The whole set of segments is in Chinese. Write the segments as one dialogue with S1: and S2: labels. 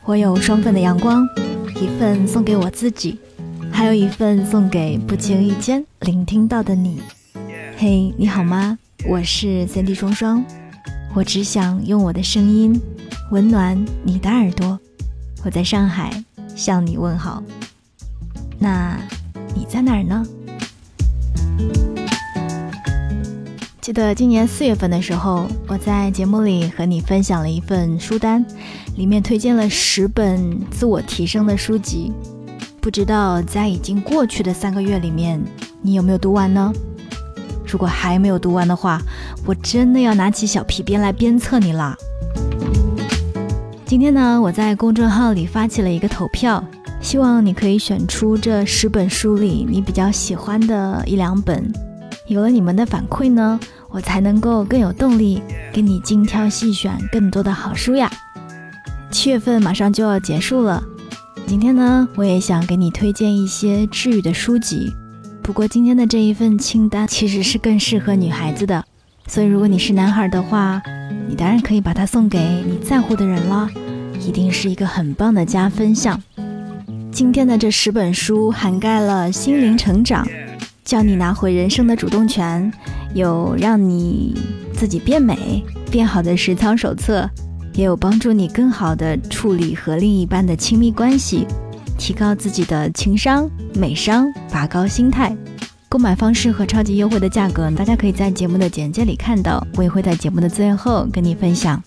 S1: 我有双份的阳光，一份送给我自己，还有一份送给不经意间聆听到的你。嘿，你好吗？我是Sandy双双，我只想用我的声音温暖你的耳朵。我在上海向你问好，那你在哪儿呢？记得今年4月份的时候，我在节目里和你分享了一份书单，里面推荐了10本自我提升的书籍。不知道在已经过去的3个月里面，你有没有读完呢？如果还没有读完的话，我真的要拿起小皮鞭来鞭策你啦。今天呢，我在公众号里发起了一个投票，希望你可以选出这10本书里你比较喜欢的1-2本。有了你们的反馈呢，我才能够更有动力给你精挑细选更多的好书呀。7月份马上就要结束了，今天呢，我也想给你推荐一些治愈的书籍。不过今天的这一份清单其实是更适合女孩子的，所以如果你是男孩的话，你当然可以把它送给你在乎的人了，一定是一个很棒的加分项。今天的这10本书涵盖了心灵成长，教你拿回人生的主动权，有让你自己变美变好的实操手册，也有帮助你更好的处理和另一半的亲密关系，提高自己的情商美商，拔高心态。购买方式和超级优惠的价格大家可以在节目的简介里看到，我也会在节目的最后跟你分享。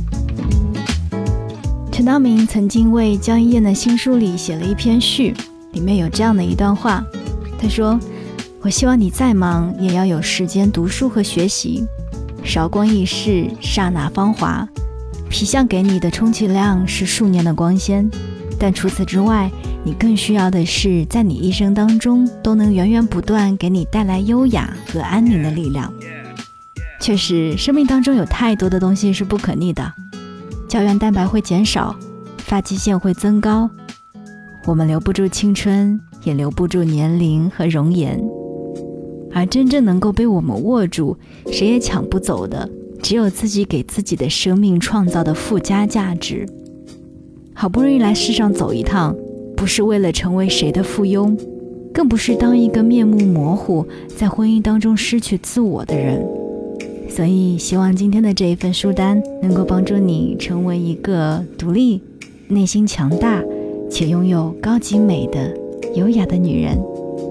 S1: 陈道明曾经为江一燕的新书里写了一篇序，里面有这样的一段话，他说，我希望你再忙也要有时间读书和学习，韶光易逝，刹那芳华，皮相给你的充其量是数年的光鲜，但除此之外，你更需要的是在你一生当中都能源源不断给你带来优雅和安宁的力量。确实，生命当中有太多的东西是不可逆的，胶原蛋白会减少，发际线会增高，我们留不住青春，也留不住年龄和容颜。而真正能够被我们握住，谁也抢不走的，只有自己给自己的生命创造的附加价值。好不容易来世上走一趟，不是为了成为谁的附庸，更不是当一个面目模糊，在婚姻当中失去自我的人。所以希望今天的这一份书单能够帮助你成为一个独立、内心强大且拥有高级美的优雅的女人。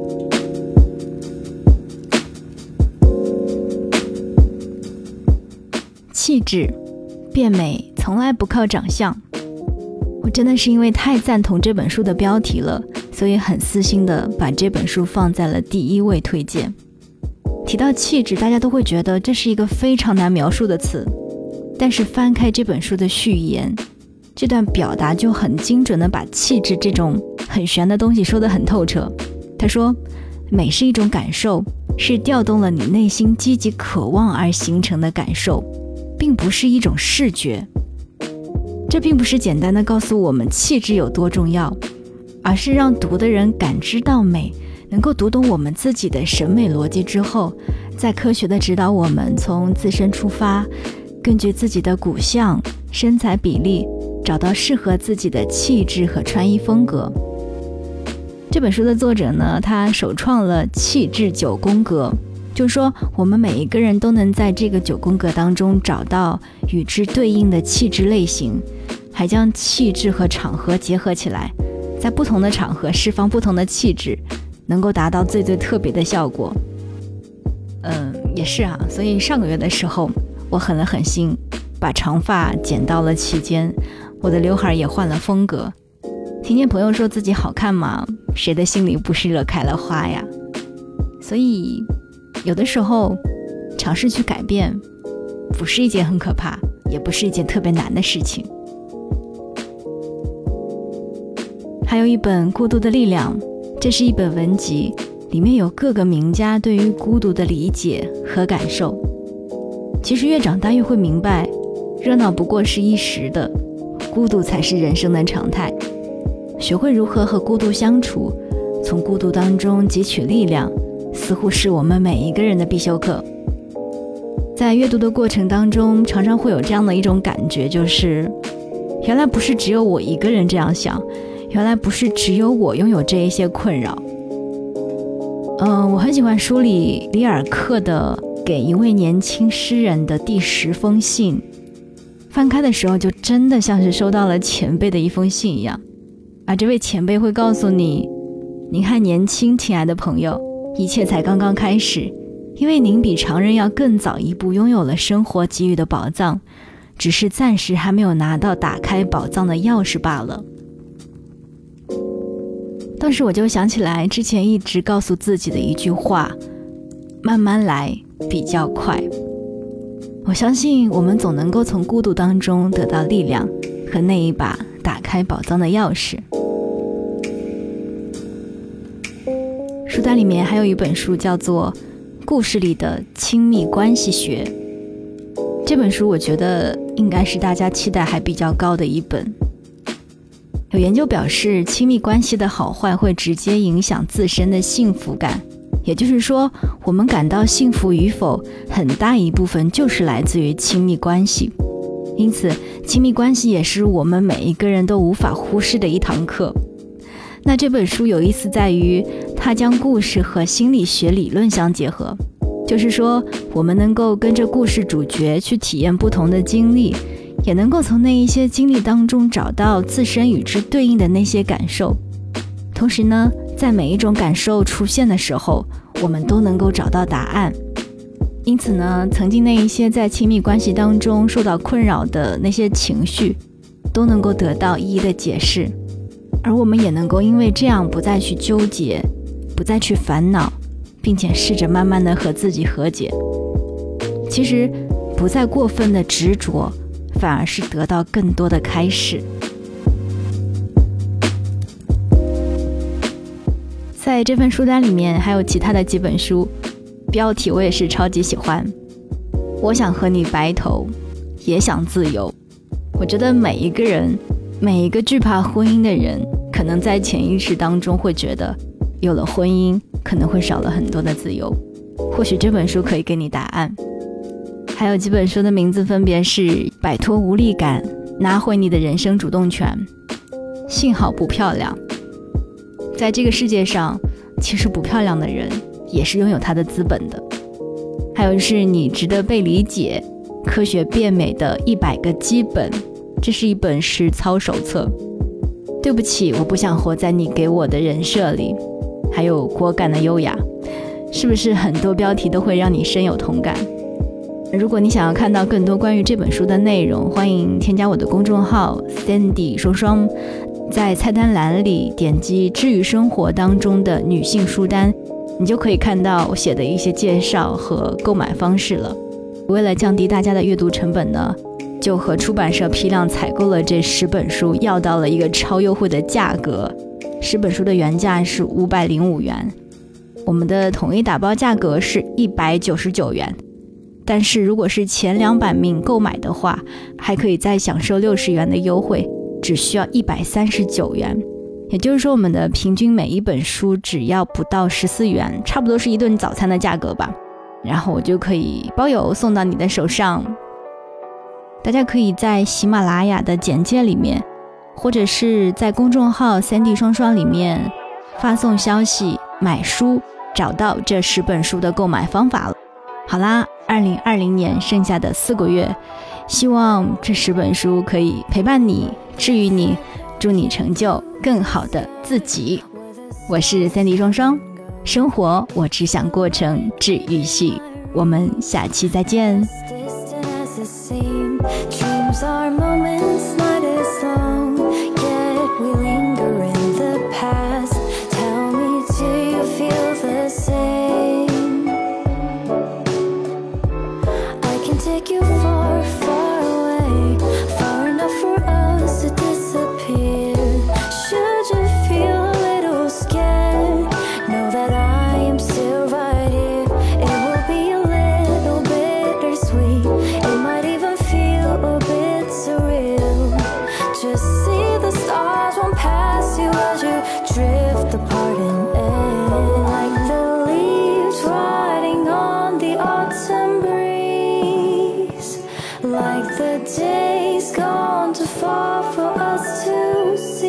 S1: 气质变美从来不靠长相。我真的是因为太赞同这本书的标题了，所以很私心的把这本书放在了第1位推荐。提到气质，大家都会觉得这是一个非常难描述的词，但是翻开这本书的序言，这段表达就很精准的把气质这种很玄的东西说得很透彻。他说，美是一种感受，是调动了你内心积极渴望而形成的感受，并不是一种视觉。这并不是简单的告诉我们气质有多重要，而是让读的人感知到美，能够读懂我们自己的审美逻辑之后，再科学的指导我们从自身出发，根据自己的骨相、身材比例，找到适合自己的气质和穿衣风格。这本书的作者呢，他首创了气质9宫格，就是说我们每一个人都能在这个9宫格当中找到与之对应的气质类型，还将气质和场合结合起来，在不同的场合释放不同的气质，能够达到最特别的效果。也是啊，所以上个月的时候我狠了狠心，把长发剪到了齐肩，我的刘海也换了风格。听见朋友说自己好看吗？谁的心里不是乐开了花呀？所以有的时候尝试去改变不是一件很可怕，也不是一件特别难的事情。还有一本《孤独的力量》，这是一本文集，里面有各个名家对于孤独的理解和感受。其实越长大越会明白，热闹不过是一时的，孤独才是人生的常态。学会如何和孤独相处，从孤独当中汲取力量，似乎是我们每一个人的必修课。在阅读的过程当中，常常会有这样的一种感觉，就是原来不是只有我一个人这样想，原来不是只有我拥有这一些困扰。我很喜欢书里里尔克的给一位年轻诗人的第10封信，翻开的时候就真的像是收到了前辈的一封信一样，而这位前辈会告诉你，您还年轻，亲爱的朋友，一切才刚刚开始，因为您比常人要更早一步拥有了生活给予的宝藏，只是暂时还没有拿到打开宝藏的钥匙罢了。当时我就想起来之前一直告诉自己的一句话，慢慢来比较快。我相信我们总能够从孤独当中得到力量和那一把打开宝藏的钥匙。书单里面还有一本书叫做《故事里的亲密关系学》，这本书我觉得应该是大家期待还比较高的一本。有研究表示，亲密关系的好坏会直接影响自身的幸福感，也就是说，我们感到幸福与否，很大一部分就是来自于亲密关系。因此，亲密关系也是我们每一个人都无法忽视的一堂课。那这本书有意思在于，它将故事和心理学理论相结合，就是说，我们能够跟着故事主角去体验不同的经历，也能够从那一些经历当中找到自身与之对应的那些感受。同时呢，在每一种感受出现的时候，我们都能够找到答案。因此呢，曾经那一些在亲密关系当中受到困扰的那些情绪，都能够得到一一的解释，而我们也能够因为这样不再去纠结，不再去烦恼，并且试着慢慢的和自己和解。其实不再过分的执着，反而是得到更多的开始。在这份书单里面还有其他的几本书，标题我也是超级喜欢。我想和你白头，也想自由。我觉得每一个人，每一个惧怕婚姻的人，可能在潜意识当中会觉得，有了婚姻可能会少了很多的自由。或许这本书可以给你答案。还有几本书的名字分别是摆脱无力感，拿回你的人生主动权，幸好不漂亮。在这个世界上，其实不漂亮的人也是拥有他的资本的。还有是你值得被理解，科学变美的100个基本，这是一本实操手册。对不起，我不想活在你给我的人设里。还有果敢的优雅，是不是很多标题都会让你深有同感？如果你想要看到更多关于这本书的内容，欢迎添加我的公众号 Sandy 双双，在菜单栏里点击治愈生活当中的女性书单，你就可以看到我写的一些介绍和购买方式了。为了降低大家的阅读成本呢，就和出版社批量采购了这10本书，要到了一个超优惠的价格。10本书的原价是505元，我们的统一打包价格是199元。但是如果是前2版名购买的话，还可以再享受60元的优惠，只需要139元。也就是说，我们的平均每一本书只要不到14元，差不多是一顿早餐的价格吧。然后我就可以包邮送到你的手上。大家可以在喜马拉雅的简介里面，或者是在公众号Sandy双双里面发送消息买书，找到这10本书的购买方法了。好啦，2020年剩下的4个月，希望这10本书可以陪伴你，治愈你，祝你成就更好的自己。我是Sandy双双，生活我只想过成治愈系，我们下期再见。
S2: Take you far, far away, far enough for us to disappear. Should you feel a little scared, know that I am still right here. It will be a little bittersweet, it might even feel a bit surreal. Just see the stars run past you as you drift The day's gone too far for us to say